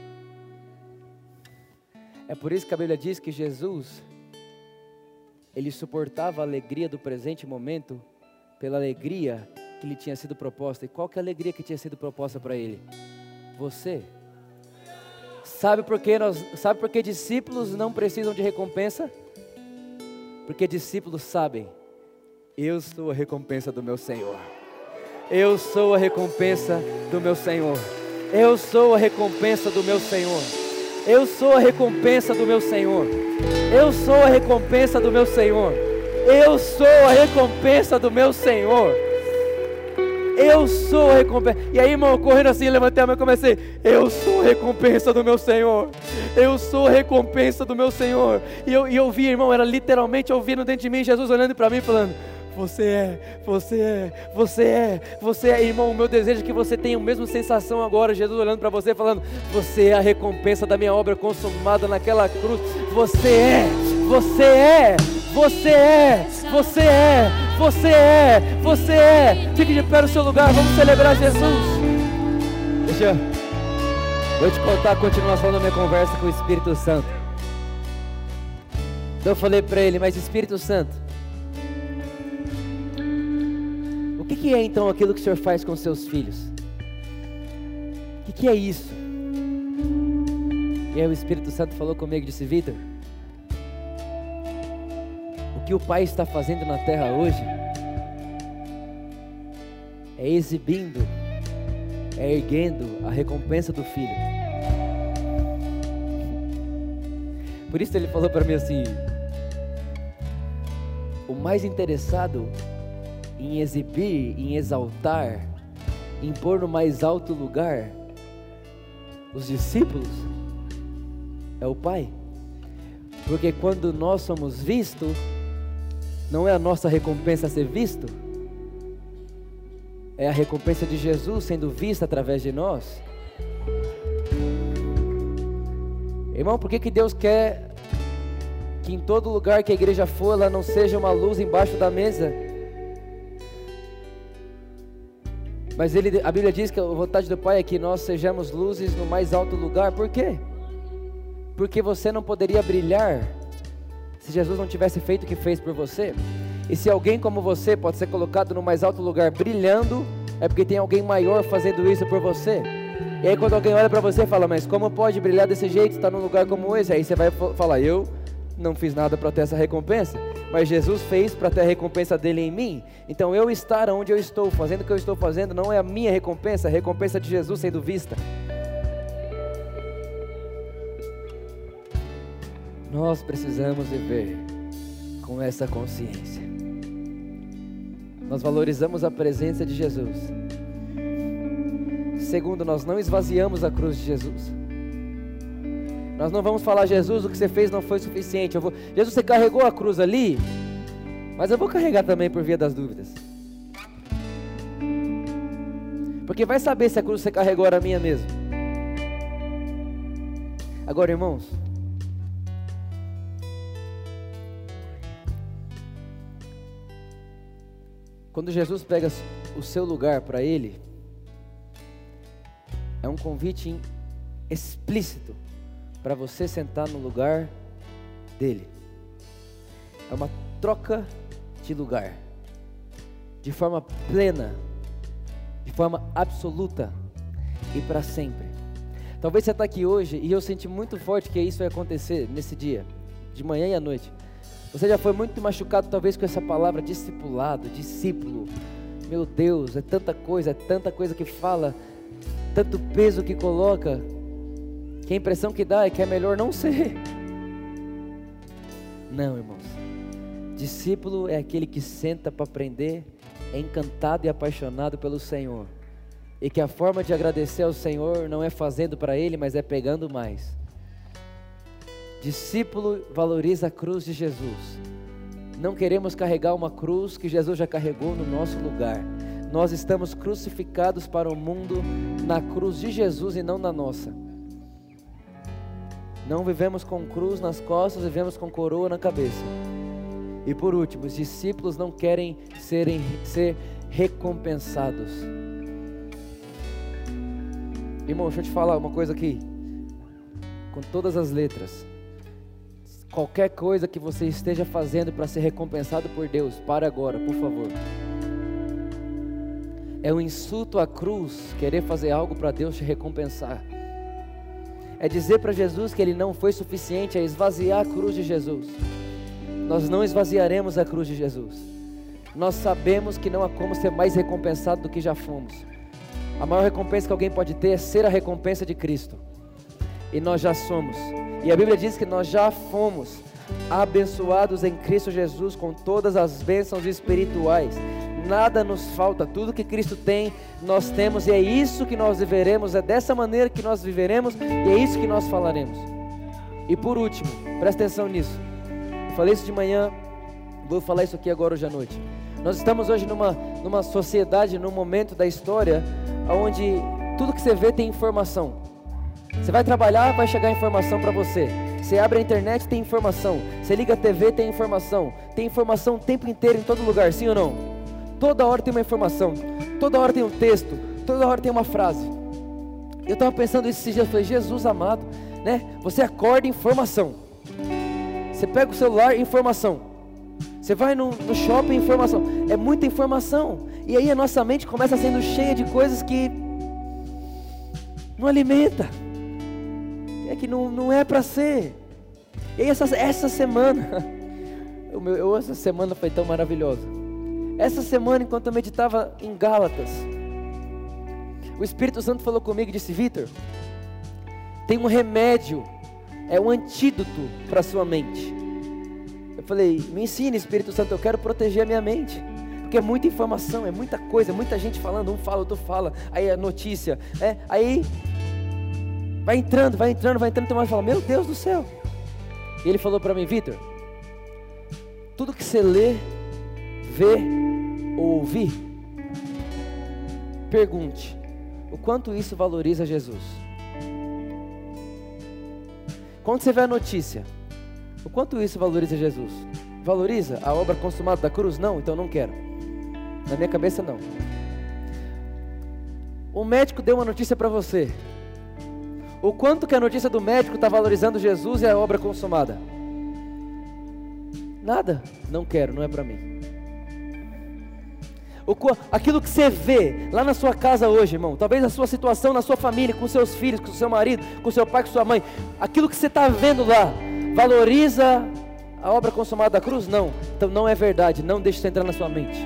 Speaker 1: É por isso que a Bíblia diz que Jesus, ele suportava a alegria do presente momento pela alegria que lhe tinha sido proposta. E qual que é a alegria que tinha sido proposta para ele? Você. Sabe por que discípulos não precisam de recompensa? Porque discípulos sabem, eu sou a recompensa do meu Senhor. Eu sou a recompensa do meu Senhor. Eu sou a recompensa do meu Senhor. Eu sou a recompensa do meu Senhor. Eu sou a recompensa do meu Senhor. Eu sou a recompensa do meu Senhor. Eu sou a recompensa. E aí, irmão, correndo assim, levantei a mão e comecei, eu sou a recompensa do meu Senhor. Eu sou a recompensa do meu Senhor. E eu vi, irmão, era literalmente ouvindo dentro de mim, Jesus olhando para mim falando, você é, irmão, o meu desejo é que você tenha a mesma sensação agora, Jesus olhando para você falando, você é a recompensa da minha obra consumada naquela cruz, você é, fique de pé no seu lugar, vamos celebrar Jesus. Deixa eu te contar a continuação da minha conversa com o Espírito Santo. Então eu falei para ele, mas Espírito Santo, o que é então aquilo que o Senhor faz com seus filhos? O que é isso? E aí o Espírito Santo falou comigo e disse, Vitor, o que o Pai está fazendo na terra hoje é exibindo, é erguendo a recompensa do Filho. Por isso ele falou para mim assim, o mais interessado em exibir, em exaltar, em pôr no mais alto lugar os discípulos é o Pai. Porque quando nós somos vistos, não é a nossa recompensa ser visto, é a recompensa de Jesus sendo vista através de nós. Irmão, por que Deus quer que em todo lugar que a igreja for, ela não seja uma luz embaixo da mesa? Mas a Bíblia diz que a vontade do Pai é que nós sejamos luzes no mais alto lugar. Por quê? Porque você não poderia brilhar se Jesus não tivesse feito o que fez por você. E se alguém como você pode ser colocado no mais alto lugar brilhando, é porque tem alguém maior fazendo isso por você. E aí quando alguém olha para você e fala, mas como pode brilhar desse jeito, está num lugar como esse? Aí você vai falar, eu não fiz nada para ter essa recompensa, mas Jesus fez para ter a recompensa dele em mim. Então eu estar onde eu estou, fazendo o que eu estou fazendo, não é a minha recompensa, é a recompensa de Jesus sendo vista. Nós precisamos viver com essa consciência. Nós valorizamos a presença de Jesus. Segundo, nós não esvaziamos a cruz de Jesus. Nós não vamos falar, Jesus, o que você fez não foi suficiente. Jesus, você carregou a cruz ali, mas eu vou carregar também por via das dúvidas. Porque vai saber se a cruz você carregou era minha mesmo. Agora, irmãos, quando Jesus pega o seu lugar para Ele, é um convite explícito para você sentar no lugar dele. É uma troca de lugar, de forma plena, de forma absoluta e para sempre. Talvez você está aqui hoje e eu senti muito forte que isso vai acontecer nesse dia, de manhã e à noite. Você já foi muito machucado talvez com essa palavra discipulado, discípulo. Meu Deus, é tanta coisa que fala, tanto peso que coloca, que a impressão que dá é que é melhor não ser. Não, irmãos. Discípulo é aquele que senta para aprender, é encantado e apaixonado pelo Senhor. E que a forma de agradecer ao Senhor não é fazendo para Ele, mas é pegando mais. Discípulo valoriza a cruz de Jesus. Não queremos carregar uma cruz que Jesus já carregou no nosso lugar. Nós estamos crucificados para o mundo na cruz de Jesus e não na nossa. Não vivemos com cruz nas costas, vivemos com coroa na cabeça. E por último, os discípulos não querem ser recompensados. Irmão, deixa eu te falar uma coisa aqui, com todas as letras. Qualquer coisa que você esteja fazendo para ser recompensado por Deus, para agora, por favor. É um insulto à cruz querer fazer algo para Deus te recompensar. É dizer para Jesus que Ele não foi suficiente, é esvaziar a cruz de Jesus. Nós não esvaziaremos a cruz de Jesus. Nós sabemos que não há como ser mais recompensado do que já fomos. A maior recompensa que alguém pode ter é ser a recompensa de Cristo. E nós já somos. E a Bíblia diz que nós já fomos abençoados em Cristo Jesus com todas as bênçãos espirituais. Nada nos falta, tudo que Cristo tem, nós temos, e é isso que nós viveremos, é dessa maneira que nós viveremos, e é isso que nós falaremos. E por último, presta atenção nisso. Eu falei isso de manhã, vou falar isso aqui agora hoje à noite. Nós estamos hoje numa sociedade, num momento da história, onde tudo que você vê tem informação. Você vai trabalhar, vai chegar informação para você. Você abre a internet, tem informação. Você liga a TV, tem informação. Tem informação o tempo inteiro, em todo lugar, sim ou não? Toda hora tem uma informação, toda hora tem um texto, toda hora tem uma frase. Eu estava pensando esses dias, eu falei, Jesus amado, né? Você acorda, informação. Você pega o celular, informação. Você vai no shopping, informação. É muita informação. E aí a nossa mente começa sendo cheia de coisas que não alimenta. É que não é para ser. E aí essa semana, essa semana foi tão maravilhosa. Essa semana, enquanto eu meditava em Gálatas, o Espírito Santo falou comigo e disse, Vitor, tem um remédio, é um antídoto para a sua mente. Eu falei, me ensine, Espírito Santo, eu quero proteger a minha mente, porque é muita informação, é muita coisa, é muita gente falando, um fala, outro fala, aí a notícia, aí vai entrando, tem mais fala, meu Deus do céu. E ele falou para mim, Vitor, tudo que você lê, vê ou ouvir, pergunte, o quanto isso valoriza Jesus? Quando você vê a notícia, o quanto isso valoriza Jesus? Valoriza a obra consumada da cruz? Não, então não quero. Na minha cabeça não. O médico deu uma notícia para você. O quanto que a notícia do médico está valorizando Jesus e a obra consumada? Nada. Não quero, não é para mim. Aquilo que você vê lá na sua casa hoje, irmão, talvez a sua situação na sua família, com seus filhos, com seu marido, com seu pai, com sua mãe, aquilo que você está vendo lá, valoriza a obra consumada da cruz? Não, então não é verdade, não deixe isso entrar na sua mente.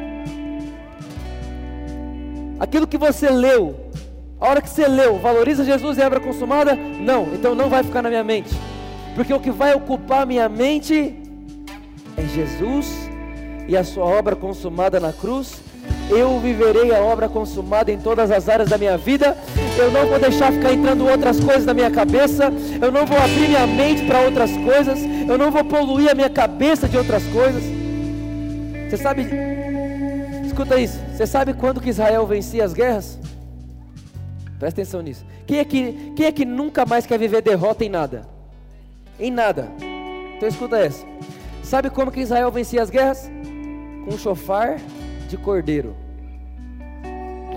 Speaker 1: Aquilo que você leu, a hora que você leu, valoriza Jesus e a obra consumada? Não, então não vai ficar na minha mente, porque o que vai ocupar minha mente é Jesus e a sua obra consumada na cruz. Eu viverei a obra consumada em todas as áreas da minha vida. Eu não vou deixar ficar entrando outras coisas na minha cabeça. Eu não vou abrir minha mente para outras coisas. Eu não vou poluir a minha cabeça de outras coisas. Você sabe, escuta isso, você sabe quando que Israel vencia as guerras? Presta atenção nisso. Quem é que nunca mais quer viver derrota em nada? Em nada. Então escuta essa. Sabe como que Israel vencia as guerras? Com um chofar de cordeiro.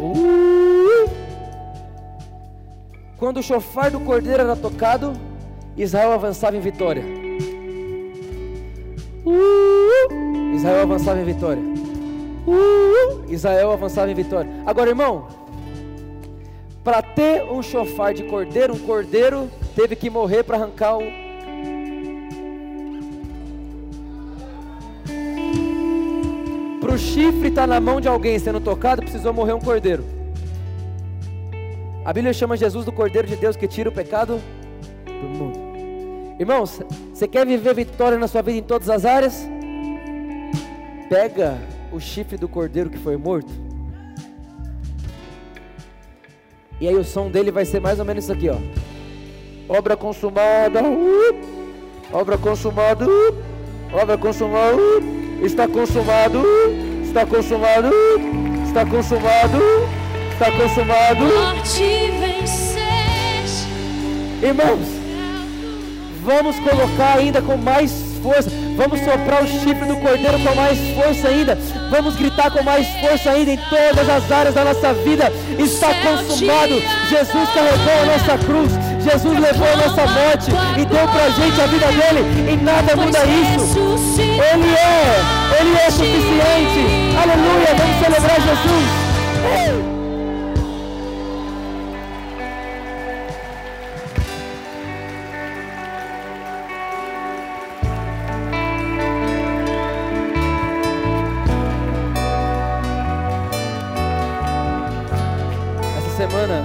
Speaker 1: Quando o chofar do cordeiro era tocado, Israel avançava em vitória. Israel avançava em vitória. Israel avançava em vitória. Agora, irmão, para ter um chofar de cordeiro, um cordeiro teve que morrer para arrancar o... Para o chifre estar na mão de alguém sendo tocado, precisou morrer um cordeiro. A Bíblia chama Jesus do Cordeiro de Deus que tira o pecado do mundo. Irmãos, você quer viver vitória na sua vida em todas as áreas? Pega o chifre do cordeiro que foi morto, e aí o som dele vai ser mais ou menos isso aqui, ó. Obra consumada, obra consumada, obra consumada, está consumado, está consumado, está consumado, está consumado. Irmãos, vamos colocar ainda com mais força, vamos soprar o chifre do cordeiro com mais força ainda, vamos gritar com mais força ainda em todas as áreas da nossa vida. Está consumado. Jesus carregou a nossa cruz, Jesus levou a nossa morte e deu pra gente a vida dele, e nada muda isso. Ele é suficiente. Aleluia, vamos celebrar Jesus. Semana,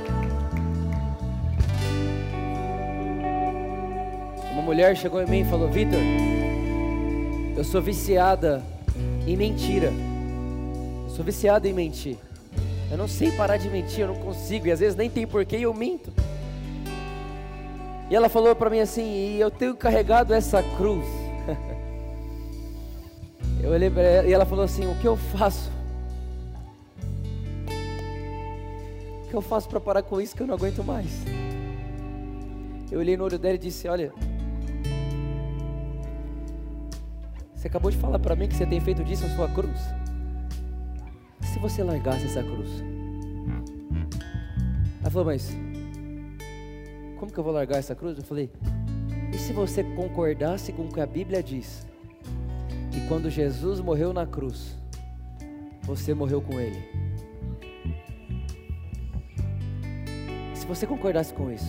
Speaker 1: uma mulher chegou em mim e falou: Vitor, eu sou viciada em mentira, eu sou viciada em mentir, eu não sei parar de mentir, eu não consigo, e às vezes nem tem porquê e eu minto. E ela falou para mim assim: e eu tenho carregado essa cruz. Eu olhei para ela e ela falou assim: o que eu faço? O que eu faço para parar com isso que eu não aguento mais? Eu olhei no olho dela e disse: olha, você acabou de falar para mim que você tem feito disso a sua cruz. E se você largasse essa cruz? Ela falou: mas como que eu vou largar essa cruz? Eu falei: e se você concordasse com o que a Bíblia diz, que quando Jesus morreu na cruz, você morreu com Ele? Se você concordasse com isso.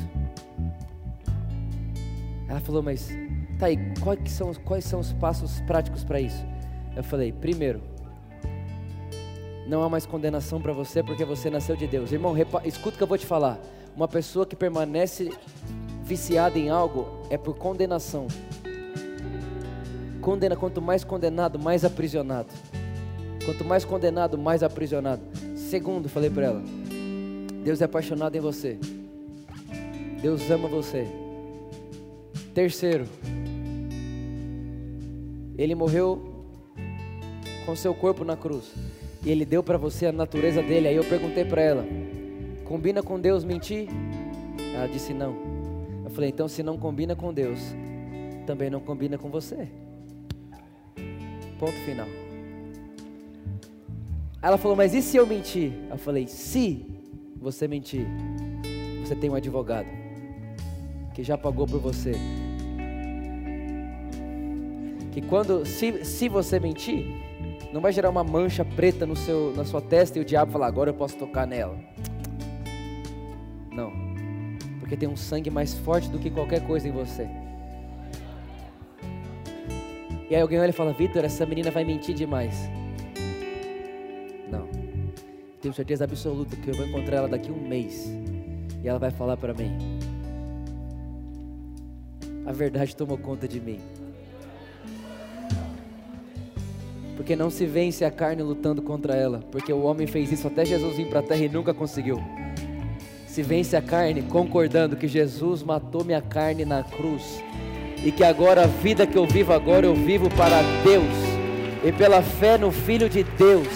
Speaker 1: Ela falou: mas tá aí, quais são os passos práticos para isso? Eu falei: primeiro, não há mais condenação para você, porque você nasceu de Deus. Irmão, escuta o que eu vou te falar. Uma pessoa que permanece viciada em algo é por condenação. Quanto mais condenado, mais aprisionado. Quanto mais condenado, mais aprisionado. Segundo, falei para ela: Deus é apaixonado em você. Deus ama você. Terceiro, Ele morreu com seu corpo na cruz, e Ele deu para você a natureza dele. Aí eu perguntei para ela: combina com Deus mentir? Ela disse não. Eu falei: então se não combina com Deus, também não combina com você. Ponto final. Ela falou: mas e se eu mentir? Eu falei: se você mentir, você tem um advogado que já pagou por você, que quando, se você mentir, não vai gerar uma mancha preta na sua testa e o diabo falar: agora eu posso tocar nela. Não, porque tem um sangue mais forte do que qualquer coisa em você. E aí alguém olha e fala: Vitor, essa menina vai mentir demais. Não, tenho certeza absoluta que eu vou encontrar ela daqui a um mês, e ela vai falar para mim: a verdade tomou conta de mim. Porque não se vence a carne lutando contra ela, porque o homem fez isso até Jesus vir para a terra e nunca conseguiu. Se vence a carne concordando que Jesus matou minha carne na cruz, e que agora a vida que eu vivo agora, eu vivo para Deus, e pela fé no Filho de Deus.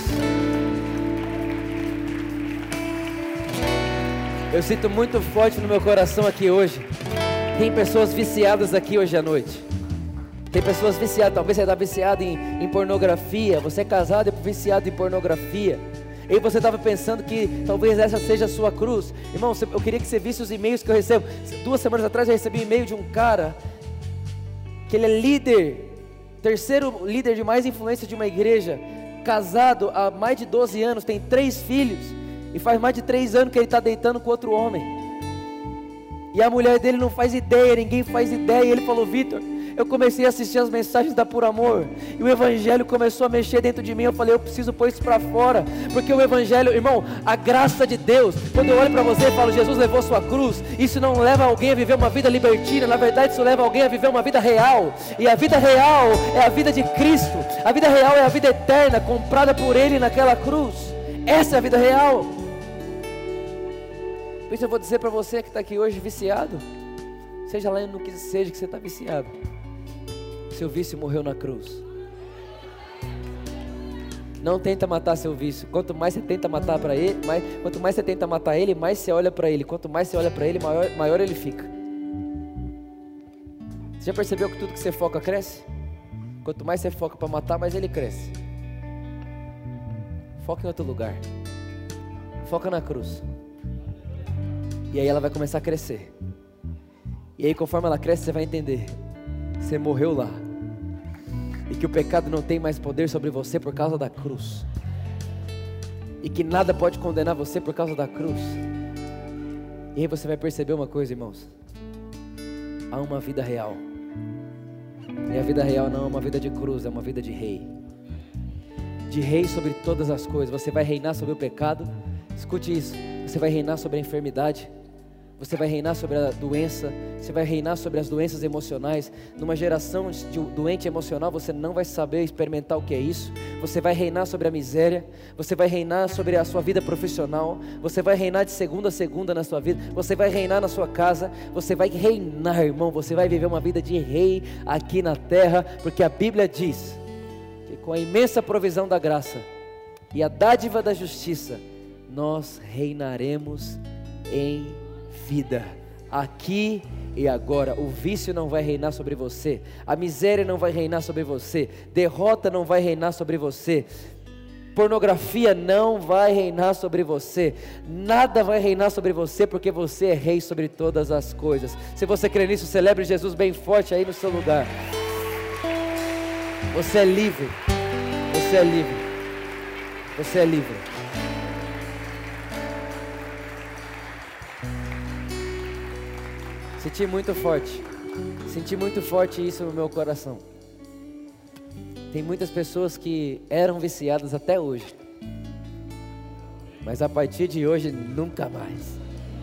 Speaker 1: Eu sinto muito forte no meu coração aqui hoje. Tem pessoas viciadas aqui hoje à noite. Tem pessoas viciadas, talvez você está viciado em pornografia. Você é casado e viciado em pornografia. E você estava pensando que talvez essa seja a sua cruz. Irmão, eu queria que você visse os e-mails que eu recebo. 2 semanas atrás eu recebi um e-mail de um cara, que ele é líder, terceiro líder de mais influência de uma igreja, casado há mais de 12 anos, tem 3 filhos, e faz mais de 3 anos que ele está deitando com outro homem, e a mulher dele não faz ideia, ninguém faz ideia. E ele falou: Vitor, eu comecei a assistir as mensagens da Por Amor, e o Evangelho começou a mexer dentro de mim. Eu falei: eu preciso pôr isso para fora, porque o Evangelho, irmão, a graça de Deus, quando eu olho para você e falo: Jesus levou sua cruz, isso não leva alguém a viver uma vida libertina, na verdade isso leva alguém a viver uma vida real, e a vida real é a vida de Cristo, a vida real é a vida eterna, comprada por Ele naquela cruz. Essa é a vida real. Por isso eu vou dizer para você que está aqui hoje viciado, seja lá no que seja que você está viciado, seu vício morreu na cruz. Não tenta matar seu vício. Quanto mais você tenta matar para ele, quanto mais você tenta matar ele, mais você olha para ele. Quanto mais você olha para ele, maior ele fica. Você já percebeu que tudo que você foca cresce? Quanto mais você foca para matar, mais ele cresce. Foca em outro lugar. Foca na cruz. E aí ela vai começar a crescer. E aí conforme ela cresce, você vai entender: você morreu lá, e que o pecado não tem mais poder sobre você por causa da cruz, e que nada pode condenar você por causa da cruz. E aí você vai perceber uma coisa, irmãos: há uma vida real, e a vida real não é uma vida de cruz, é uma vida de rei sobre todas as coisas. Você vai reinar sobre o pecado, escute isso, você vai reinar sobre a enfermidade, você vai reinar sobre a doença, você vai reinar sobre as doenças emocionais. Numa geração de doente emocional, você não vai saber experimentar o que é isso. Você vai reinar sobre a miséria, você vai reinar sobre a sua vida profissional, você vai reinar de segunda a segunda na sua vida, você vai reinar na sua casa, você vai reinar, irmão, você vai viver uma vida de rei aqui na terra, porque a Bíblia diz que com a imensa provisão da graça e a dádiva da justiça, nós reinaremos em vida, aqui e agora. O vício não vai reinar sobre você, a miséria não vai reinar sobre você, derrota não vai reinar sobre você, pornografia não vai reinar sobre você, nada vai reinar sobre você, porque você é rei sobre todas as coisas. Se você crê nisso, celebre Jesus bem forte aí no seu lugar. Você é livre, você é livre, você é livre. Senti muito forte isso no meu coração. Tem muitas pessoas que eram viciadas até hoje, mas a partir de hoje nunca mais.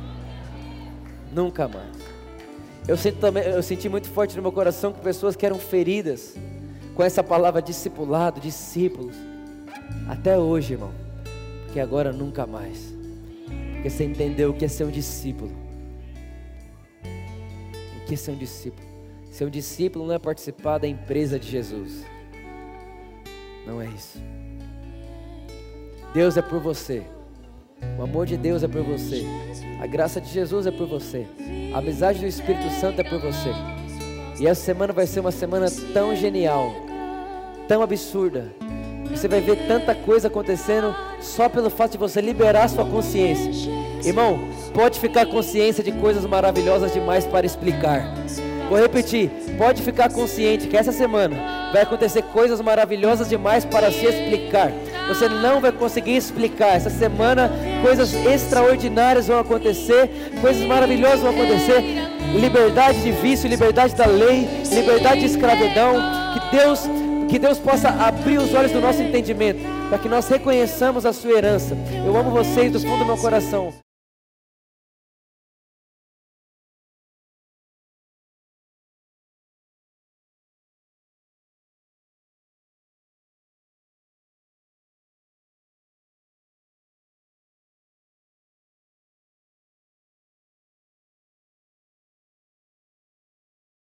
Speaker 1: Nunca mais. Eu senti muito forte no meu coração que pessoas que eram feridas com essa palavra discipulado, discípulos, até hoje, irmão, porque agora nunca mais. Porque você entendeu o que é ser um discípulo. O que é ser um discípulo? Ser um discípulo não é participar da empresa de Jesus. Não é isso. Deus é por você. O amor de Deus é por você. A graça de Jesus é por você. A amizade do Espírito Santo é por você. E essa semana vai ser uma semana tão genial, tão absurda. Você vai ver tanta coisa acontecendo só pelo fato de você liberar a sua consciência. Irmão, pode ficar consciência de coisas maravilhosas demais para explicar. Vou repetir, pode ficar consciente que essa semana vai acontecer coisas maravilhosas demais para se explicar. Você não vai conseguir explicar. Essa semana coisas extraordinárias vão acontecer, coisas maravilhosas vão acontecer. Liberdade de vício, liberdade da lei, liberdade de escravidão. Que Deus possa abrir os olhos do nosso entendimento, para que nós reconheçamos a sua herança. Eu amo vocês do fundo do meu coração.